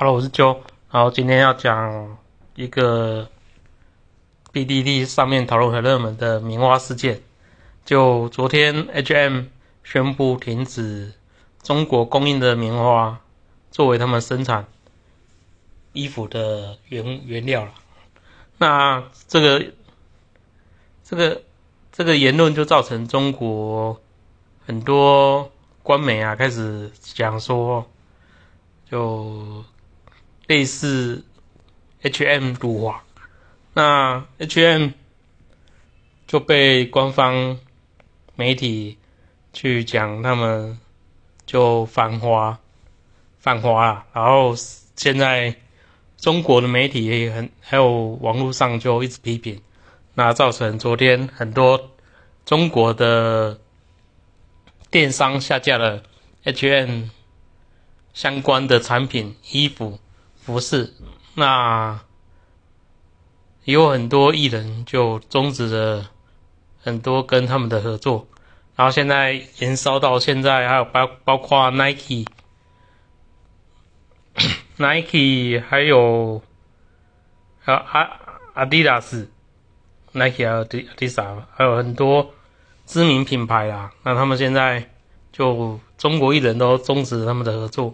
Hello，我是 Joe，然后今天要讲一个 PTT 上面讨论很热门的棉花事件。就昨天 H&M 宣布停止中国供应的棉花作为他们生产衣服的原料了。那这个言论就造成中国很多官媒开始讲说，就类似 H&M 辱华，那 H&M 就被官方媒体去讲他们就反华啦，然后现在中国的媒体还有网络上就一直批评，那造成昨天很多中国的电商下架了 H&M 相关的产品、衣服、服饰，那也有很多艺人就终止了很多跟他们的合作，然后现在延烧到现在，还有包括 Nike 还有Adidas Nike 还有 Adidas 还有很多知名品牌啦，那他们现在就中国艺人都终止他们的合作。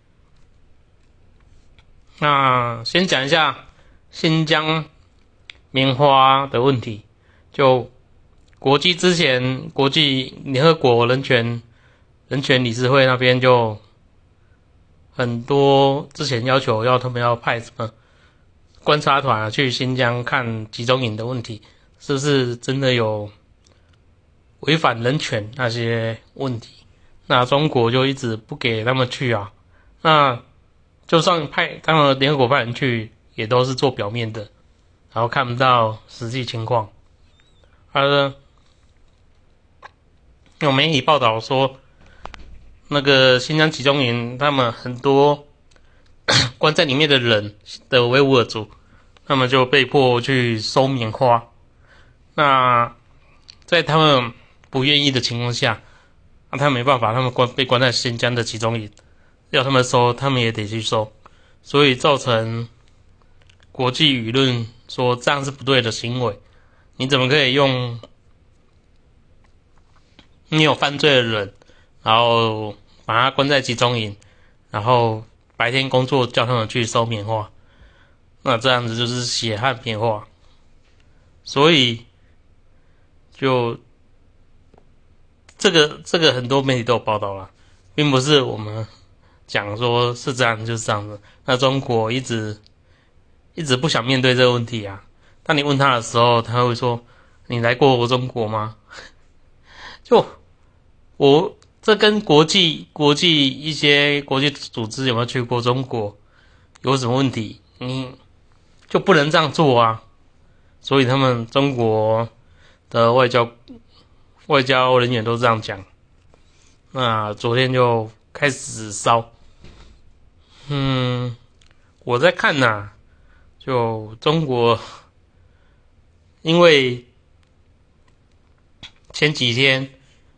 那先讲一下新疆棉花的问题，就国际联合国人权理事会那边就很多之前要求他们要派什么观察团去新疆看集中营的问题，是不是真的有违反人权那些问题，那中国就一直不给他们去啊，那就算他们联合国派人去，也都是做表面的，然后看不到实际情况。有媒体报道说，那个新疆集中营，他们很多关在里面的人的维吾尔族，他们就被迫去收棉花。那在他们不愿意的情况下，他们没办法，他们被关在新疆的集中营，要他们收，他们也得去收，所以造成国际舆论说这样是不对的行为。你怎么可以用你有犯罪的人，然后把他关在集中营，然后白天工作叫他们去收棉花，那这样子就是血汗棉花。所以就这个很多媒体都有报道啦，并不是我们讲说是这样就是这样子。那中国一直不想面对这个问题啊。当你问他的时候，他会说：“你来过中国吗？”就这跟国际一些国际组织有没有去过中国有什么问题？你就不能这样做啊！所以他们中国的外交人员都这样讲。那昨天就开始烧。我在看就中国，因为前几天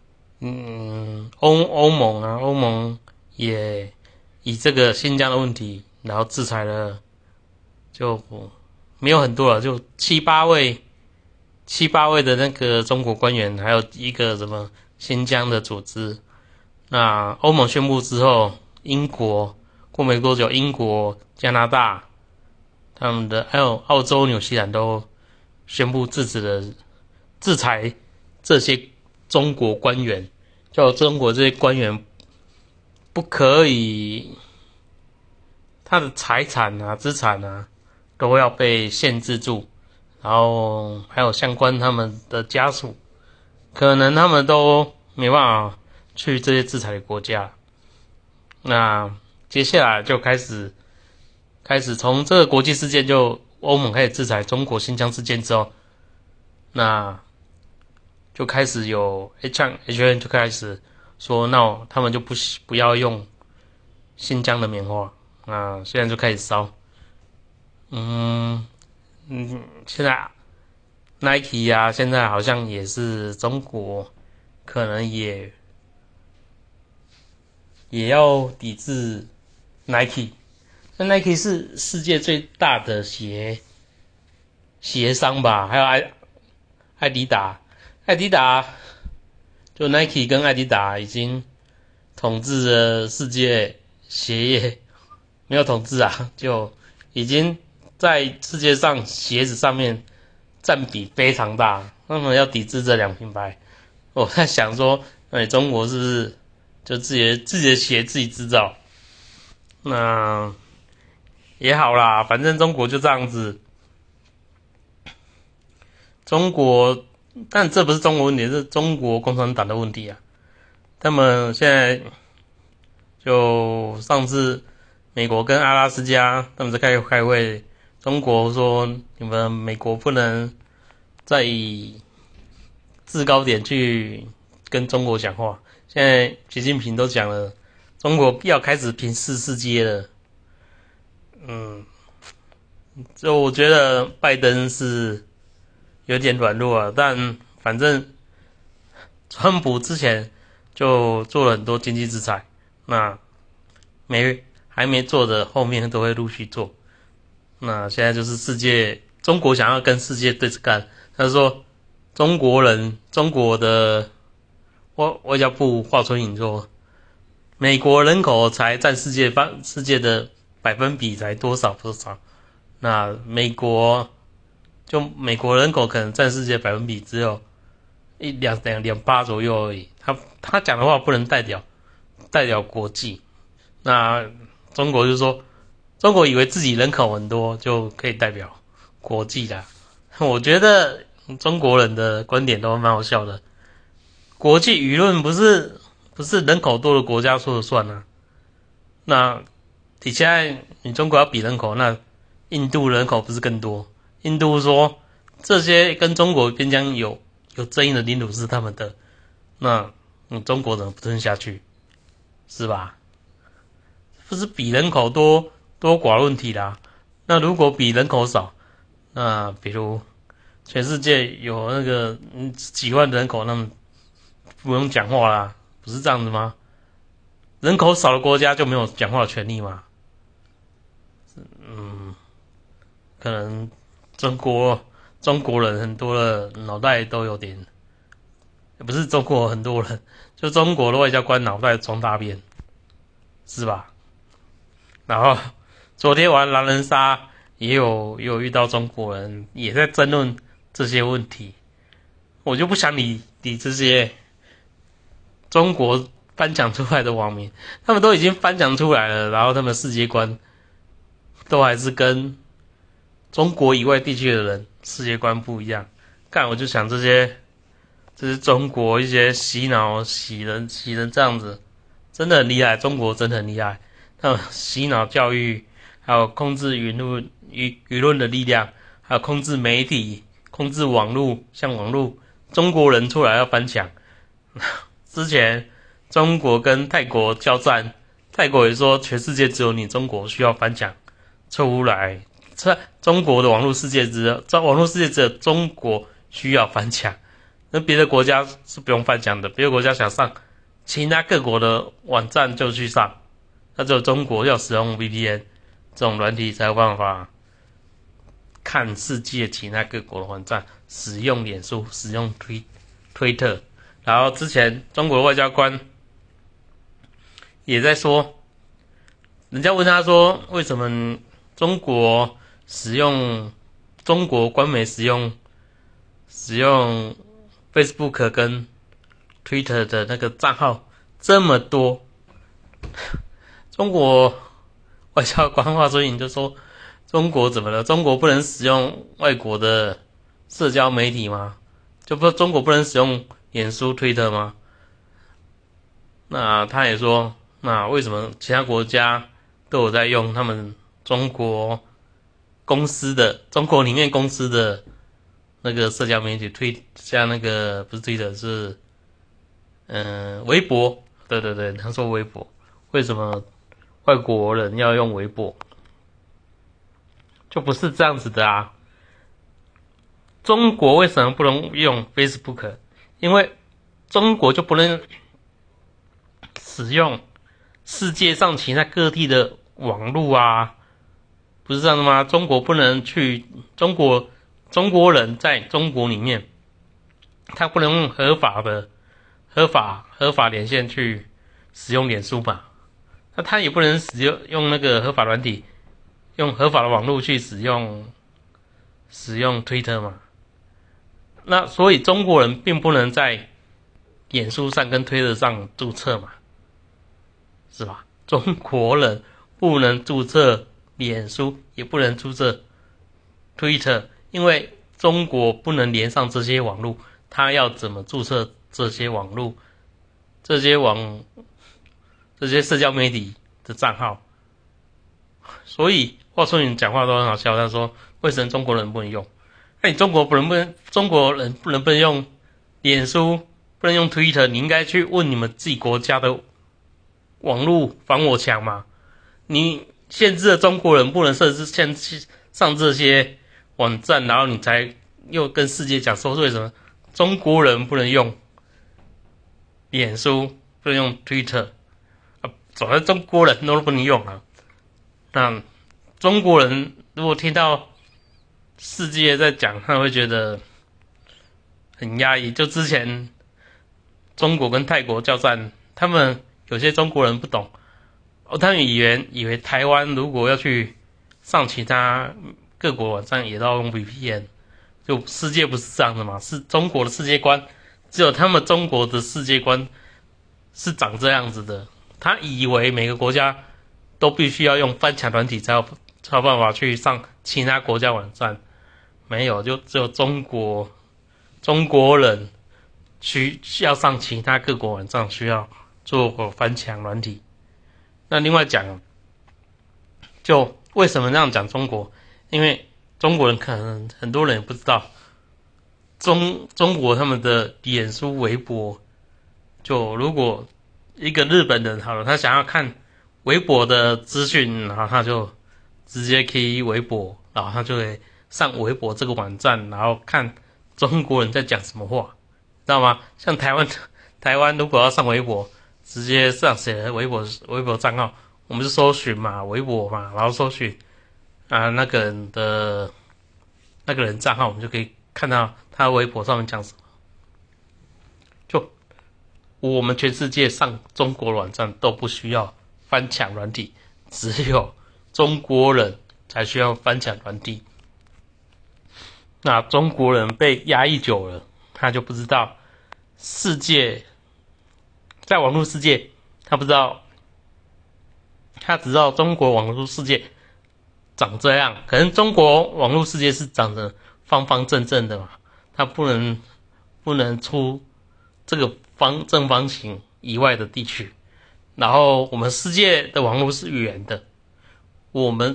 欧盟也以这个新疆的问题，然后制裁了，就没有很多了，就七八位的那个中国官员，还有一个什么新疆的组织。那欧盟宣布之后，英国过没多久，英国、加拿大他们的还有澳洲、纽西兰都宣布制裁这些中国官员，叫中国这些官员不可以，他的财产资产都要被限制住，然后还有相关他们的家属，可能他们都没办法去这些制裁的国家。那接下来就开始从这个国际事件，就欧盟开始制裁中国新疆事件之后，那就开始有 H&M 就开始说，那他们就不要用新疆的棉花，现在就开始烧。现在 Nike 现在好像也是中国可能也要抵制 Nike。 那 Nike 是世界最大的鞋商吧，还有艾迪达，就 Nike 跟艾迪达已经统治了世界鞋业，没有统治啊，就已经在世界上鞋子上面占比非常大，那么要抵制这两品牌，我在想说，中国是不是就自己的鞋自己制造？那也好啦，反正中国就这样子。但这不是中国问题，是中国共产党的问题啊。他们现在就上次美国跟阿拉斯加他们在开会，中国说你们美国不能再以制高点去跟中国讲话。现在习近平都讲了，中国要开始平视世界了。就我觉得拜登是有点软弱啊，但反正川普之前就做了很多经济制裁，那还没做的后面都会陆续做。那现在就是中国想要跟世界对着干，他说中国的外交部华春莹说，美国人口才占世界的百分比才多少，那美国人口可能占世界百分比只有2.8%左右而已。他讲的话不能代表国际。那中国就说，中国以为自己人口很多就可以代表国际啦。我觉得中国人的观点都蛮好笑的。国际舆论不是人口多的国家说了算啊。那现在你中国要比人口，那印度人口不是更多？印度说这些跟中国边疆有争议的领土是他们的，那你中国怎么不吞下去？是吧？不是比人口多寡问题啦。那如果比人口少，那比如全世界有那个几万人口，那么不用讲话啦，不是这样子吗？人口少的国家就没有讲话的权利吗？可能中国人很多的脑袋都有点，不是中国很多人，就中国的外交官脑袋装大便，是吧？然后昨天玩狼人杀也有遇到中国人，也在争论这些问题，我就不想理这些中国翻讲出来的网民，他们都已经翻讲出来了，然后他们的世界观都还是跟中国以外地区的人世界观不一样。干，我就想这是中国一些洗脑洗人这样子，真的很厉害，中国真的很厉害。他们洗脑教育，还有控制舆论的力量，还有控制媒体，控制网络，中国人出来要翻墙。之前中国跟泰国交战，泰国也说全世界只有你中国需要翻墙出来，中国的网络世界只有中国需要翻墙，那别的国家是不用翻墙的，别的国家想上其他各国的网站就去上，那只有中国要使用 VPN 这种软体才有办法看世界其他各国的网站，使用脸书，使用推特。然后之前中国的外交官也在说，人家问他说，为什么中国官媒使用 Facebook 跟 Twitter 的那个账号这么多？中国外交官华春莹就说，中国怎么了？中国不能使用外国的社交媒体吗？中国不能使用脸书 Twitter 吗？那他也说，那为什么其他国家都有在用他们中国里面公司的那个社交媒体像那个不是Twitter是微博，对，他说微博，为什么外国人要用微博？就不是这样子的啊。中国为什么不能用 Facebook？ 因为中国就不能使用世界上其他各地的网络啊， 不是这样的吗？中国不能去中国人在中国里面，他不能用合法连线去使用脸书嘛？那他也不能用那个合法软体，用合法的网络去使用 Twitter 嘛？那所以中国人并不能在脸书上跟推特上注册嘛，是吧？中国人不能注册脸书，也不能注册 Twitter， 因为中国不能连上这些网络，他要怎么注册这些网络、这些社交媒体的账号？所以话说你讲话都很好笑，他说为什么中国人不能用？那你中国人不能用脸书，不能用 Twitter， 你应该去问你们自己国家的网络防火墙嘛？你限制了中国人不能上这些网站，然后你才又跟世界讲说为什么中国人不能用脸书，不能用 Twitter 啊？走在中国人都不能用啊！那中国人如果听到世界在讲，他会觉得很压抑。就之前中国跟泰国交战，他们有些中国人不懂，他们以为台湾如果要去上其他各国网站，也都要用 VPN。就世界不是这样的嘛？是中国的世界观，只有他们中国的世界观是长这样子的。他以为每个国家都必须要用翻墙软体才有办法去上其他国家网站。没有，就只有中国人需要上其他各国网站，需要做翻墙软体。那另外讲，就为什么这样讲中国？因为中国人可能很多人也不知道，中国他们的脸书、微博，就如果一个日本人好了，他想要看微博的资讯，然后他就直接 key 微博，然后他就会上微博这个网站，然后看中国人在讲什么话，知道吗？像台湾如果要上微博，直接上写的微博账号，我们就搜寻嘛，微博嘛，然后搜寻那个人账号，我们就可以看到他微博上面讲什么。就我们全世界上中国网站都不需要翻墙软体，只有中国人才需要翻墙软体。那中国人被压抑久了，他就不知道世界，在网络世界，他不知道，他只知道中国网络世界长这样。可能中国网络世界是长得方方正正的嘛，它不能出这个正方形以外的地区。然后我们世界的网络是圆的，我们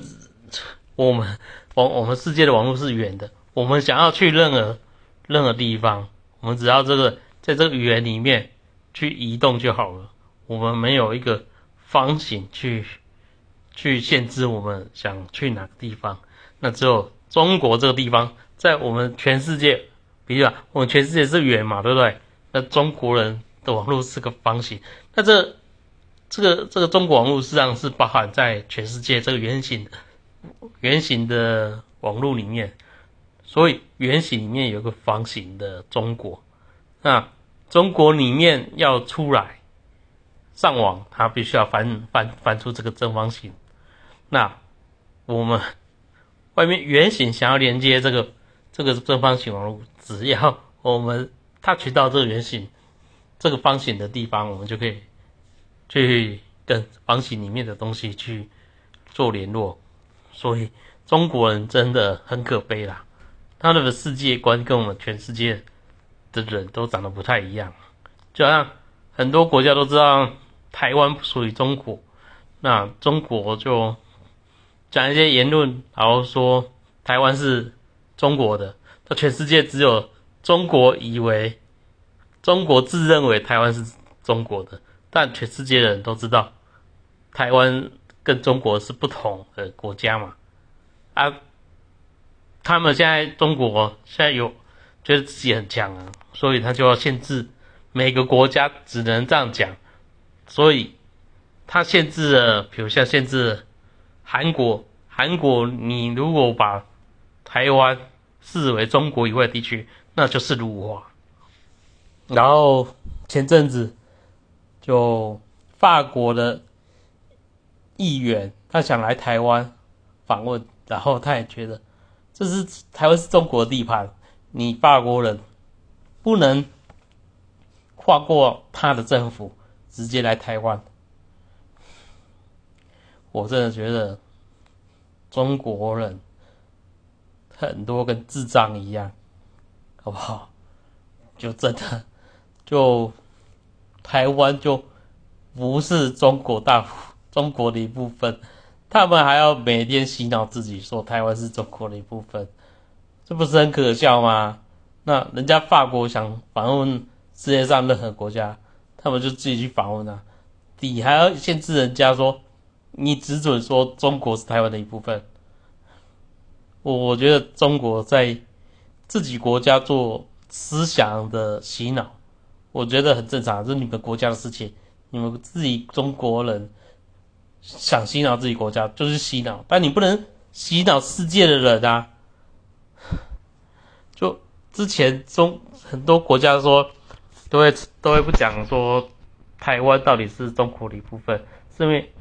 世界的网络是圆的。我们想要去任何地方，我们只要在这个圆里面去移动就好了。我们没有一个方形去限制我们想去哪个地方。那只有中国这个地方，在我们全世界，比如我们全世界是圆嘛，对不对？那中国人的网络是个方形。那这个中国网络实际上是包含在全世界这个圆形的网络里面。所以圆形里面有个方形的中国，那中国里面要出来上网，它必须要翻出这个正方形。那我们外面圆形想要连接这个正方形网络，只要我们touch到这个圆形这个方形的地方，我们就可以去跟方形里面的东西去做联络。所以中国人真的很可悲啦。他的世界观跟我们全世界的人都长得不太一样，就好像很多国家都知道台湾不属于中国，那中国就讲一些言论，然后说台湾是中国的，那全世界只有中国自认为台湾是中国的，但全世界的人都知道台湾跟中国是不同的国家嘛。他们中国现在觉得自己很强啊，所以他就要限制每个国家只能这样讲，所以他限制了，比如像限制了韩国韩国你如果把台湾视为中国以外的地区，那就是辱华。然后前阵子就法国的议员他想来台湾访问，然后他也觉得这是台湾是中国的地盘，你法国人不能跨过他的政府直接来台湾。我真的觉得中国人很多跟智障一样，好不好？就真的就台湾就不是中国中国的一部分，他们还要每天洗脑自己说台湾是中国的一部分，这不是很可笑吗？那人家法国想访问世界上任何国家，他们就自己去访问啊，你还要限制人家说你只准说中国是台湾的一部分。我觉得中国在自己国家做思想的洗脑，我觉得很正常，这是你们国家的事情，你们自己中国人想洗脑自己国家就是洗脑，但你不能洗脑世界的人啊。就之前很多国家说都会不讲说台湾到底是中国的一部分，是因为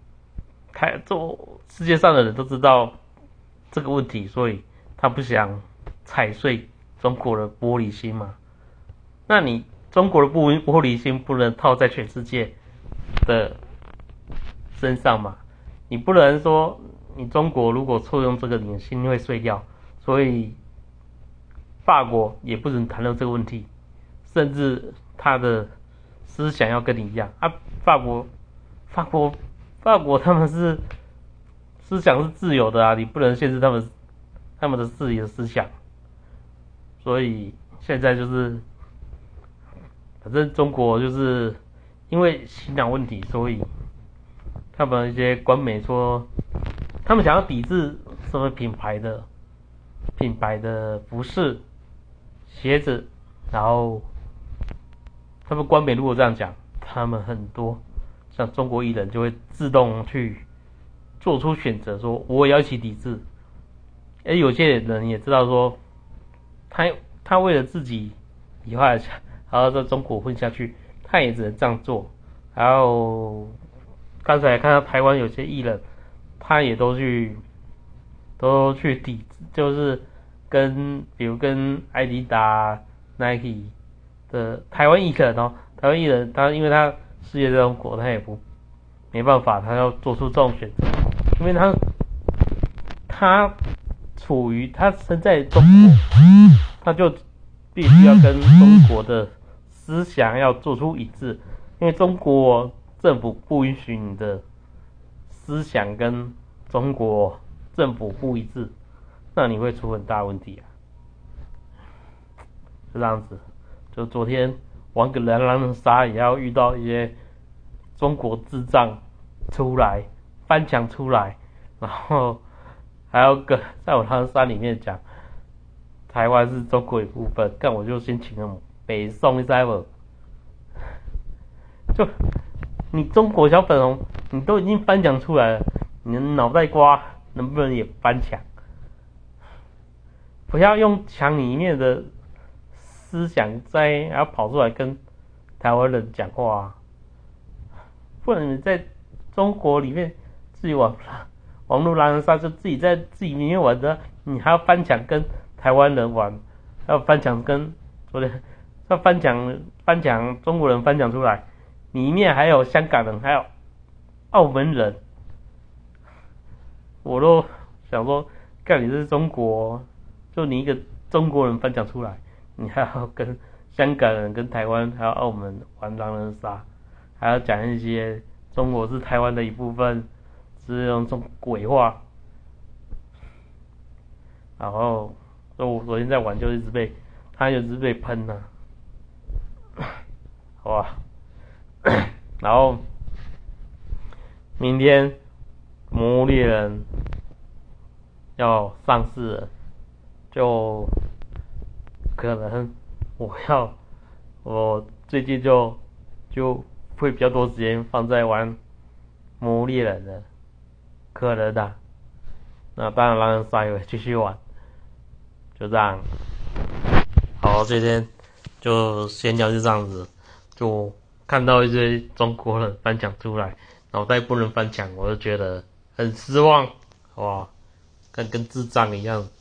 世界上的人都知道这个问题，所以他不想踩碎中国的玻璃心嘛。那你中国的玻璃心不能套在全世界的身上嘛？你不能说你中国如果错用这个，你的心会碎掉，所以法国也不能谈论这个问题，甚至他的思想要跟你一样啊。法国他们是思想是自由的啊，你不能限制他们的自己的思想。所以现在就是反正中国就是因为洗脑问题，所以他们一些官媒说他们想要抵制什么品牌的服饰鞋子，然后他们官媒如果这样讲，他们很多像中国艺人就会自动去做出选择，说我也要一起抵制。而有些人也知道说他为了自己以后还要在中国混下去，他也只能这样做。然后刚才看到台湾有些艺人，他也都去抵制，就是比如跟艾迪达、Nike 的台湾艺人他因为他事业在中国，他也没办法，他要做出这种选择，因为他身在中国，他就必须要跟中国的思想要做出一致，因为中国政府不允许你的思想跟中国政府不一致，那你会出很大问题啊。就这样子，就昨天玩个狼人杀也要遇到一些中国智障出来翻墙出来，然后还要在我狼人杀里面讲台湾是中国一部分，干我就先请他们北宋一塞尔，就你中国小粉红，你都已经翻墙出来了，你的脑袋瓜能不能也翻墙？不要用墙里面的思想然后跑出来跟台湾人讲话啊，不然你在中国里面自己网络狼人杀就自己在自己里面玩的，你还要翻墙跟台湾人玩，还要翻墙要翻墙中国人翻墙出来，里面还有香港人，还有澳门人，我都想说，干你是中国，就你一个中国人翻墙出来，你还要跟香港人、跟台湾还有澳门玩狼人杀，还要讲一些中国是台湾的一部分，是用这种鬼话，然后我昨天在玩就一直被喷了，好吧，然后明天魔物猎人要上市了，就可能我最近就会比较多时间放在玩魔物猎人的，可能的， 那当然让人塞回继续玩，就这样。好，今天就闲聊就这样子，就看到一堆中国人翻墙出来，脑袋不能翻墙，我就觉得很失望，哇，跟智障一样。